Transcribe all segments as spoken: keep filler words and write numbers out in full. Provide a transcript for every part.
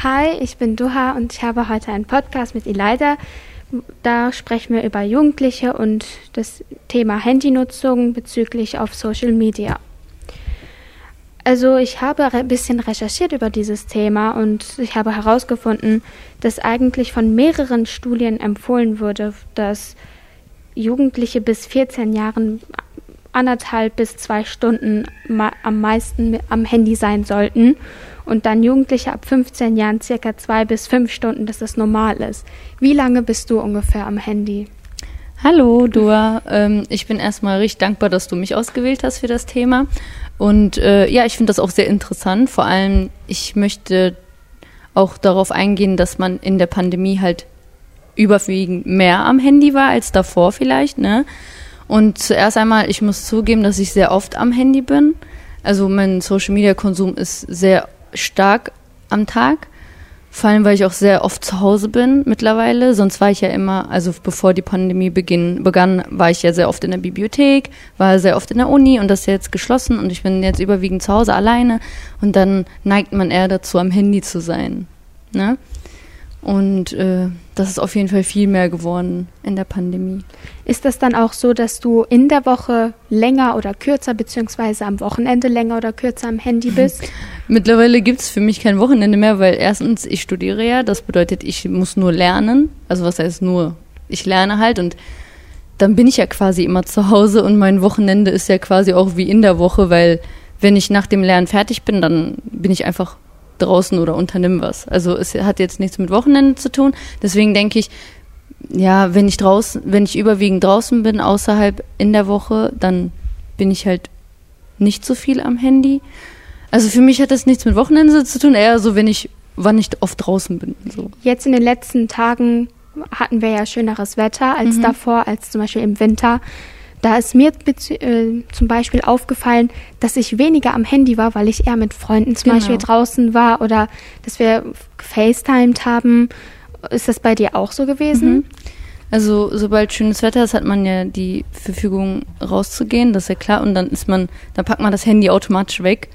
Hi, ich bin Duha und ich habe heute einen Podcast mit Elida. Da sprechen wir über Jugendliche und das Thema Handynutzung bezüglich auf Social Media. Also ich habe ein bisschen recherchiert über dieses Thema und ich habe herausgefunden, dass eigentlich von mehreren Studien empfohlen wurde, dass Jugendliche bis vierzehn Jahren anderthalb bis zwei Stunden ma- am meisten am Handy sein sollten und dann Jugendliche ab fünfzehn Jahren circa zwei bis fünf Stunden, dass das normal ist. Wie lange bist du ungefähr am Handy? Hallo, Dua. Ähm, ich bin erstmal richtig dankbar, dass du mich ausgewählt hast für das Thema. Und äh, ja, ich finde das auch sehr interessant. Vor allem, ich möchte auch darauf eingehen, dass man in der Pandemie halt überwiegend mehr am Handy war als davor vielleicht, ne? Und zuerst einmal, ich muss zugeben, dass ich sehr oft am Handy bin. Also mein Social-Media-Konsum ist sehr stark am Tag. Vor allem, weil ich auch sehr oft zu Hause bin mittlerweile. Sonst war ich ja immer, also bevor die Pandemie beginn, begann, war ich ja sehr oft in der Bibliothek, war sehr oft in der Uni und das ist jetzt geschlossen und ich bin jetzt überwiegend zu Hause alleine und dann neigt man eher dazu, am Handy zu sein, ne? Und äh, das ist auf jeden Fall viel mehr geworden in der Pandemie. Ist das dann auch so, dass du in der Woche länger oder kürzer, beziehungsweise am Wochenende länger oder kürzer am Handy bist? Mittlerweile gibt es für mich kein Wochenende mehr, weil erstens, ich studiere ja, das bedeutet, ich muss nur lernen. Also was heißt nur? Ich lerne halt und dann bin ich ja quasi immer zu Hause und mein Wochenende ist ja quasi auch wie in der Woche, weil wenn ich nach dem Lernen fertig bin, dann bin ich einfach draußen oder unternimm was. Also es hat jetzt nichts mit Wochenende zu tun. Deswegen denke ich, ja, wenn ich draußen, wenn ich überwiegend draußen bin, außerhalb in der Woche, dann bin ich halt nicht so viel am Handy. Also für mich hat das nichts mit Wochenende zu tun, eher so, wenn ich, wann ich oft draußen bin. So. Jetzt in den letzten Tagen hatten wir ja schöneres Wetter als mhm. davor, als zum Beispiel im Winter. Da ist mir bezü- äh, zum Beispiel aufgefallen, dass ich weniger am Handy war, weil ich eher mit Freunden zum Genau. Beispiel draußen war oder dass wir gefacetimed haben. Ist das bei dir auch so gewesen? Mhm. Also sobald schönes Wetter ist, hat man ja die Verfügung rauszugehen, das ist ja klar. Und dann ist man, dann packt man das Handy automatisch weg.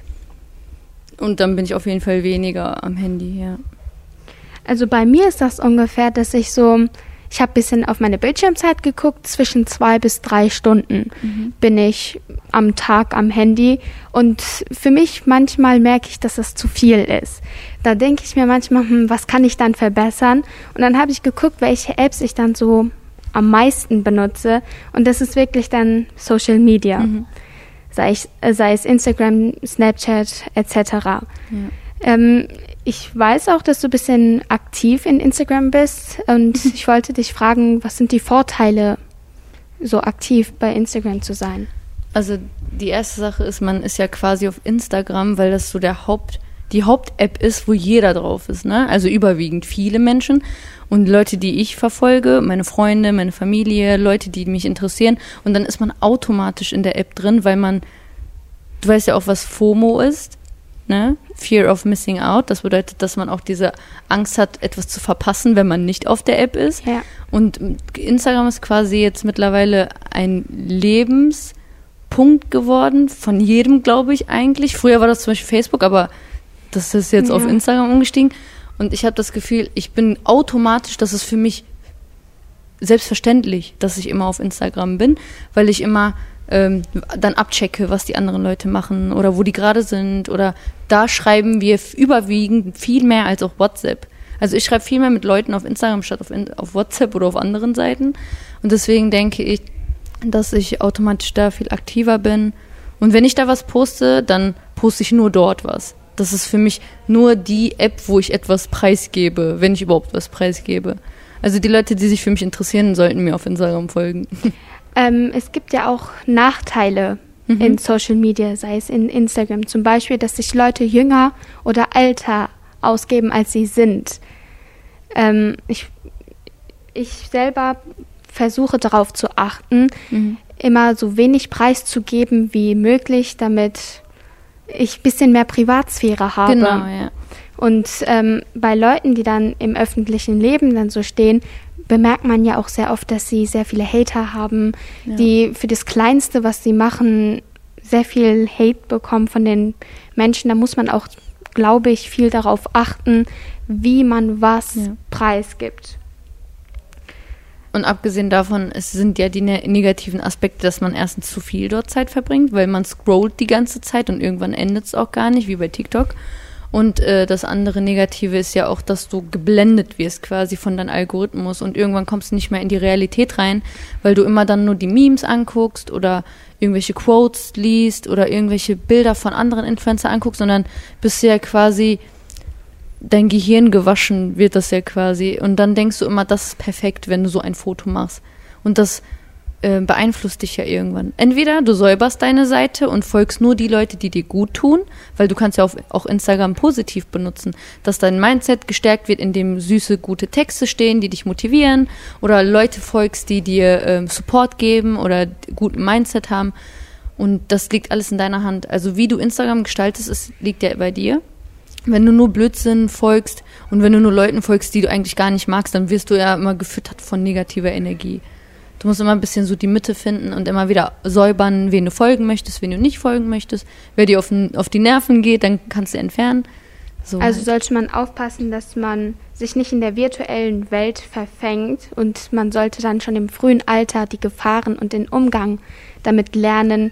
Und dann bin ich auf jeden Fall weniger am Handy, ja. Also bei mir ist das ungefähr, dass ich so... Ich habe ein bisschen auf meine Bildschirmzeit geguckt, zwischen zwei bis drei Stunden mhm. bin ich am Tag am Handy und für mich manchmal merke ich, dass das zu viel ist. Da denke ich mir manchmal, hm, was kann ich dann verbessern? Und dann habe ich geguckt, welche Apps ich dann so am meisten benutze und das ist wirklich dann Social Media, mhm. sei, ich, sei es Instagram, Snapchat et cetera. Ja. Ähm, ich weiß auch, dass du ein bisschen aktiv in Instagram bist und ich wollte dich fragen, was sind die Vorteile, so aktiv bei Instagram zu sein? Also die erste Sache ist, man ist ja quasi auf Instagram, weil das so der Haupt, die Haupt-App ist, wo jeder drauf ist, ne? Also überwiegend viele Menschen und Leute, die ich verfolge, meine Freunde, meine Familie, Leute, die mich interessieren und dann ist man automatisch in der App drin, weil man, du weißt ja auch, was FOMO ist. Ne? Fear of Missing Out, das bedeutet, dass man auch diese Angst hat, etwas zu verpassen, wenn man nicht auf der App ist. Ja. Und Instagram ist quasi jetzt mittlerweile ein Lebenspunkt geworden, von jedem, glaube ich, eigentlich. Früher war das zum Beispiel Facebook, aber das ist jetzt ja. auf Instagram umgestiegen. Und ich habe das Gefühl, ich bin automatisch, das ist für mich selbstverständlich, dass ich immer auf Instagram bin, weil ich immer ähm, dann abchecke, was die anderen Leute machen oder wo die gerade sind oder da schreiben wir überwiegend viel mehr als auf WhatsApp. Also ich schreibe viel mehr mit Leuten auf Instagram statt auf, in, auf WhatsApp oder auf anderen Seiten und deswegen denke ich, dass ich automatisch da viel aktiver bin und wenn ich da was poste, dann poste ich nur dort was. Das ist für mich nur die App, wo ich etwas preisgebe, wenn ich überhaupt was preisgebe. Also die Leute, die sich für mich interessieren, sollten mir auf Instagram folgen. Ähm, es gibt ja auch Nachteile mhm. in Social Media, sei es in Instagram zum Beispiel, dass sich Leute jünger oder älter ausgeben, als sie sind. Ähm, ich, ich selber versuche darauf zu achten, mhm. immer so wenig preiszugeben wie möglich, damit ich ein bisschen mehr Privatsphäre habe. Genau, ja. Und ähm, bei Leuten, die dann im öffentlichen Leben dann so stehen, bemerkt man ja auch sehr oft, dass sie sehr viele Hater haben, ja. die für das Kleinste, was sie machen, sehr viel Hate bekommen von den Menschen. Da muss man auch glaube ich, viel darauf achten, wie man was ja. preisgibt. Und abgesehen davon, es sind ja die ne- negativen Aspekte, dass man erstens zu viel dort Zeit verbringt, weil man scrollt die ganze Zeit und irgendwann endet es auch gar nicht, wie bei TikTok. Und äh, das andere Negative ist ja auch, dass du geblendet wirst quasi von deinem Algorithmus und irgendwann kommst du nicht mehr in die Realität rein, weil du immer dann nur die Memes anguckst oder irgendwelche Quotes liest oder irgendwelche Bilder von anderen Influencer anguckst, sondern bist ja quasi, dein Gehirn gewaschen wird das ja quasi und dann denkst du immer, das ist perfekt, wenn du so ein Foto machst. Und das äh, beeinflusst dich ja irgendwann. Entweder du säuberst deine Seite und folgst nur die Leute, die dir gut tun, weil du kannst ja auf, auch Instagram positiv benutzen, dass dein Mindset gestärkt wird, indem süße, gute Texte stehen, die dich motivieren oder Leute folgst, die dir ähm, Support geben oder guten Mindset haben und das liegt alles in deiner Hand. Also wie du Instagram gestaltest, ist, liegt ja bei dir. Wenn du nur Blödsinn folgst und wenn du nur Leuten folgst, die du eigentlich gar nicht magst, dann wirst du ja immer gefüttert von negativer Energie. Du musst immer ein bisschen so die Mitte finden und immer wieder säubern, wen du folgen möchtest, wen du nicht folgen möchtest. Wer dir auf, auf die Nerven geht, dann kannst du entfernen. So also halt. sollte man aufpassen, dass man sich nicht in der virtuellen Welt verfängt und man sollte dann schon im frühen Alter die Gefahren und den Umgang damit lernen,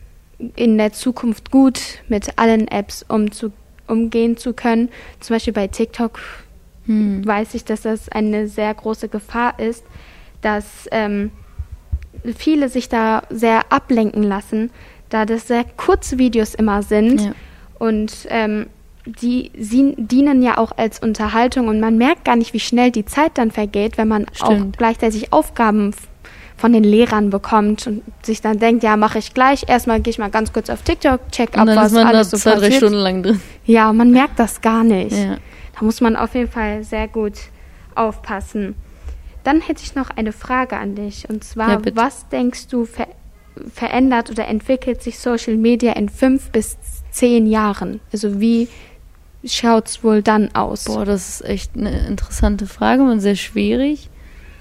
in der Zukunft gut mit allen Apps umzu, umgehen zu können. Zum Beispiel bei TikTok hm. weiß ich, dass das eine sehr große Gefahr ist, dass ähm, viele sich da sehr ablenken lassen, da das sehr kurze Videos immer sind ja. und ähm, die sie dienen ja auch als Unterhaltung und man merkt gar nicht, wie schnell die Zeit dann vergeht, wenn man Stimmt. auch gleichzeitig Aufgaben f- von den Lehrern bekommt und sich dann denkt, ja, mache ich gleich, erstmal gehe ich mal ganz kurz auf TikTok, check ab, was alles so zwei, passiert. drei Stunden lang drin. Ja, man merkt das gar nicht. Ja. Da muss man auf jeden Fall sehr gut aufpassen. Dann hätte ich noch eine Frage an dich. Und zwar, ja, was denkst du, ver- verändert oder entwickelt sich Social Media in fünf bis zehn Jahren? Also wie schaut es wohl dann aus? Boah, das ist echt eine interessante Frage und sehr schwierig.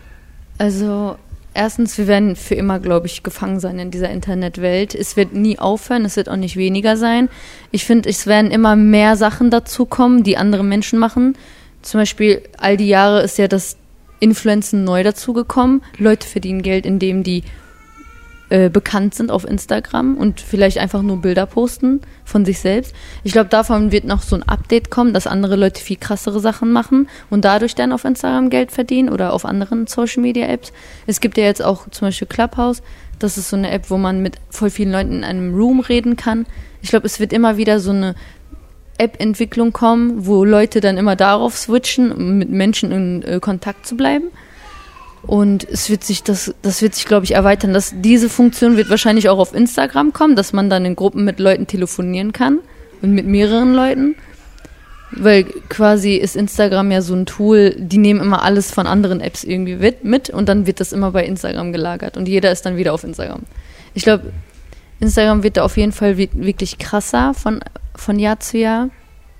Also erstens, wir werden für immer, glaube ich, gefangen sein in dieser Internetwelt. Es wird nie aufhören, es wird auch nicht weniger sein. Ich finde, es werden immer mehr Sachen dazukommen, die andere Menschen machen. Zum Beispiel, all die Jahre ist ja das Influencen neu dazugekommen. Leute verdienen Geld, indem die äh, bekannt sind auf Instagram und vielleicht einfach nur Bilder posten von sich selbst. Ich glaube, davon wird noch so ein Update kommen, dass andere Leute viel krassere Sachen machen und dadurch dann auf Instagram Geld verdienen oder auf anderen Social-Media-Apps. Es gibt ja jetzt auch zum Beispiel Clubhouse. Das ist so eine App, wo man mit voll vielen Leuten in einem Room reden kann. Ich glaube, es wird immer wieder so eine App-Entwicklung kommen, wo Leute dann immer darauf switchen, um mit Menschen in äh, Kontakt zu bleiben. Und es wird sich das, das wird sich, glaube ich, erweitern. Das, diese Funktion wird wahrscheinlich auch auf Instagram kommen, dass man dann in Gruppen mit Leuten telefonieren kann und mit mehreren Leuten. Weil quasi ist Instagram ja so ein Tool, die nehmen immer alles von anderen Apps irgendwie mit und dann wird das immer bei Instagram gelagert und jeder ist dann wieder auf Instagram. Ich glaube, Instagram wird da auf jeden Fall wirklich krasser von, von Jahr zu Jahr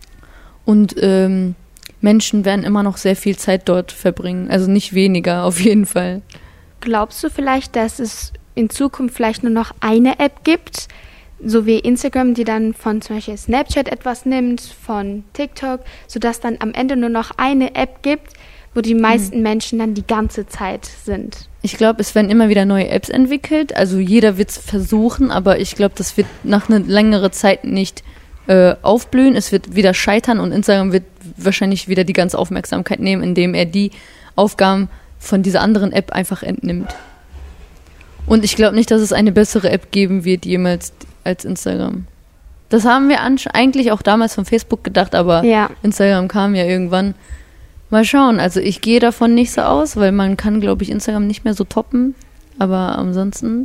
und ähm, Menschen werden immer noch sehr viel Zeit dort verbringen, also nicht weniger, auf jeden Fall. Glaubst du vielleicht, dass es in Zukunft vielleicht nur noch eine App gibt, so wie Instagram, die dann von zum Beispiel Snapchat etwas nimmt, von TikTok, sodass dann am Ende nur noch eine App gibt, wo die meisten hm. Menschen dann die ganze Zeit sind? Ich glaube, es werden immer wieder neue Apps entwickelt, also jeder wird es versuchen, aber ich glaube, das wird nach einer längeren Zeit nicht äh, aufblühen, es wird wieder scheitern und Instagram wird wahrscheinlich wieder die ganze Aufmerksamkeit nehmen, indem er die Aufgaben von dieser anderen App einfach entnimmt. Und ich glaube nicht, dass es eine bessere App geben wird jemals als Instagram. Das haben wir ansch- eigentlich auch damals von Facebook gedacht, aber ja. Instagram kam ja irgendwann. Mal schauen, also ich gehe davon nicht so aus, weil man kann, glaube ich, Instagram nicht mehr so toppen, aber ansonsten...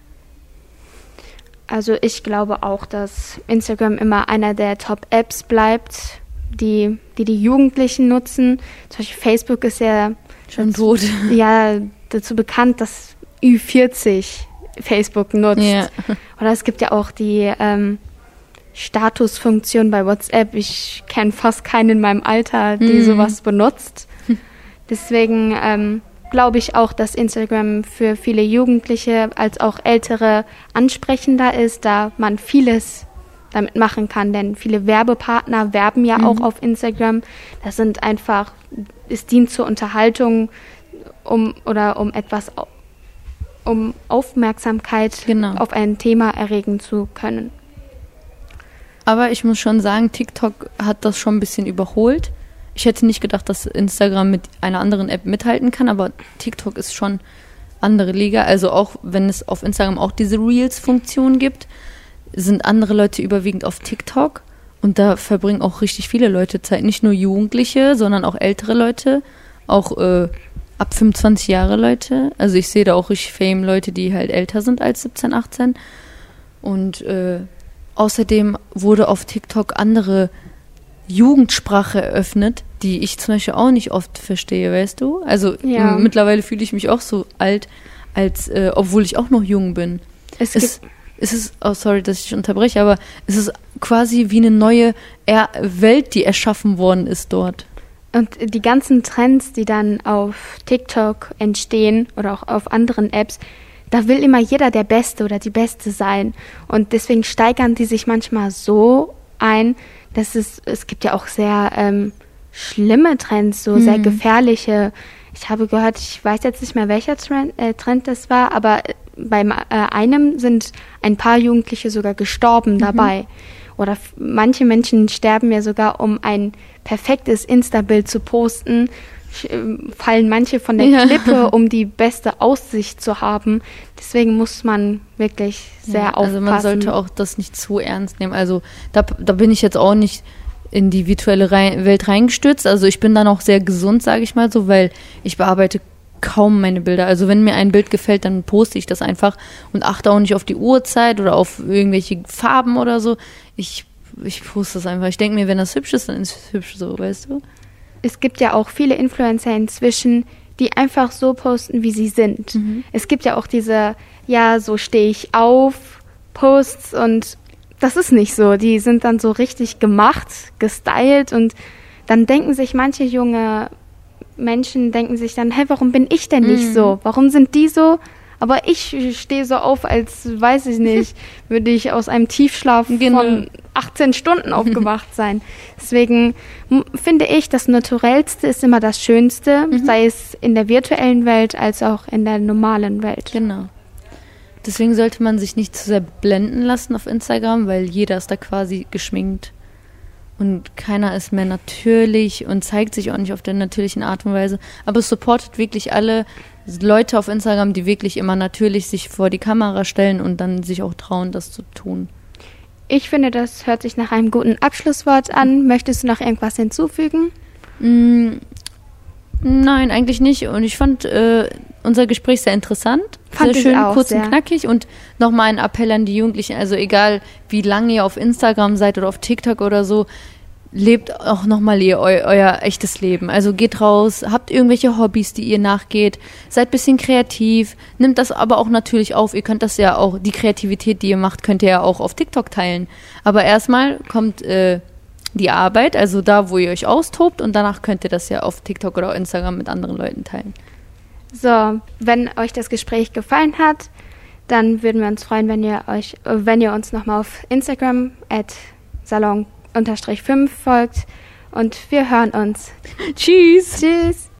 Also ich glaube auch, dass Instagram immer einer der Top-Apps bleibt, die, die die Jugendlichen nutzen. Zum Beispiel Facebook ist ja schon dazu, tot. Ja, dazu bekannt, dass Ü vierzig Facebook nutzt. Ja. Oder es gibt ja auch die ähm, Statusfunktion bei WhatsApp. Ich kenne fast keinen in meinem Alter, die mhm. sowas benutzt. Deswegen ähm, glaube ich auch, dass Instagram für viele Jugendliche als auch Ältere ansprechender ist, da man vieles damit machen kann. Denn viele Werbepartner werben ja mhm. auch auf Instagram. Das sind einfach, es dient zur Unterhaltung um oder um etwas, um Aufmerksamkeit genau. auf ein Thema erregen zu können. Aber ich muss schon sagen, TikTok hat das schon ein bisschen überholt. Ich hätte nicht gedacht, dass Instagram mit einer anderen App mithalten kann, aber TikTok ist schon andere Liga. Also auch wenn es auf Instagram auch diese Reels-Funktion gibt, sind andere Leute überwiegend auf TikTok und da verbringen auch richtig viele Leute Zeit. Nicht nur Jugendliche, sondern auch ältere Leute, auch äh, ab fünfundzwanzig Jahre Leute. Also ich sehe da auch richtig Fame Leute, die halt älter sind als siebzehn, achtzehn. Und äh, außerdem wurde auf TikTok andere Jugendsprache eröffnet, die ich zum Beispiel auch nicht oft verstehe, weißt du? Also ja. m- mittlerweile fühle ich mich auch so alt, als äh, obwohl ich auch noch jung bin. Es, es, es ist, oh sorry, dass ich dich unterbreche, aber es ist quasi wie eine neue er- Welt, die erschaffen worden ist dort. Und die ganzen Trends, die dann auf TikTok entstehen oder auch auf anderen Apps, da will immer jeder der Beste oder die Beste sein. Und deswegen steigern die sich manchmal so ein, dass es, es gibt ja auch sehr ähm, schlimme Trends, so mhm. sehr gefährliche. Ich habe gehört, ich weiß jetzt nicht mehr, welcher Trend, äh, Trend das war, aber bei äh, einem sind ein paar Jugendliche sogar gestorben mhm. dabei. Oder f- manche Menschen sterben ja sogar, um ein perfektes Insta-Bild zu posten, fallen manche von der ja. Klippe, um die beste Aussicht zu haben. Deswegen muss man wirklich sehr ja, aufpassen. Also man sollte auch das nicht zu ernst nehmen. Also da, da bin ich jetzt auch nicht in die virtuelle Re- Welt reingestürzt. Also ich bin dann auch sehr gesund, sage ich mal so, weil ich bearbeite kaum meine Bilder. Also wenn mir ein Bild gefällt, dann poste ich das einfach und achte auch nicht auf die Uhrzeit oder auf irgendwelche Farben oder so. Ich, ich poste das einfach. Ich denke mir, wenn das hübsch ist, dann ist es hübsch so, weißt du? Es gibt ja auch viele Influencer inzwischen, die einfach so posten, wie sie sind. Mhm. Es gibt ja auch diese, ja, so stehe ich auf, Posts und das ist nicht so. Die sind dann so richtig gemacht, gestylt und dann denken sich manche junge Menschen, denken sich dann, hey, warum bin ich denn nicht mhm. so? Warum sind die so? Aber ich stehe so auf, als, weiß ich nicht, würde ich aus einem Tiefschlaf genau. von achtzehn Stunden aufgewacht sein. Deswegen m- finde ich, das Naturellste ist immer das Schönste, mhm. sei es in der virtuellen Welt als auch in der normalen Welt. Genau. Deswegen sollte man sich nicht zu sehr blenden lassen auf Instagram, weil jeder ist da quasi geschminkt. Und keiner ist mehr natürlich und zeigt sich auch nicht auf der natürlichen Art und Weise. Aber es supportet wirklich alle Leute auf Instagram, die wirklich immer natürlich sich vor die Kamera stellen und dann sich auch trauen, das zu tun. Ich finde, das hört sich nach einem guten Abschlusswort an. Möchtest du noch irgendwas hinzufügen? Mm, nein, eigentlich nicht. Und ich fand äh, unser Gespräch sehr interessant. Fand sehr schön, auch, kurz sehr. und knackig. Und nochmal ein Appell an die Jugendlichen. Also egal, wie lange ihr auf Instagram seid oder auf TikTok oder so, lebt auch nochmal ihr eu, euer echtes Leben. Also geht raus, habt irgendwelche Hobbys, die ihr nachgeht, seid ein bisschen kreativ, nimmt das aber auch natürlich auf. Ihr könnt das ja auch, die Kreativität, die ihr macht, könnt ihr ja auch auf TikTok teilen. Aber erstmal kommt äh, die Arbeit, also da, wo ihr euch austobt und danach könnt ihr das ja auf TikTok oder Instagram mit anderen Leuten teilen. So, wenn euch das Gespräch gefallen hat, dann würden wir uns freuen, wenn ihr euch, wenn ihr uns nochmal auf Instagram at salon unterstrich fünf folgt und wir hören uns. Tschüss. Tschüss.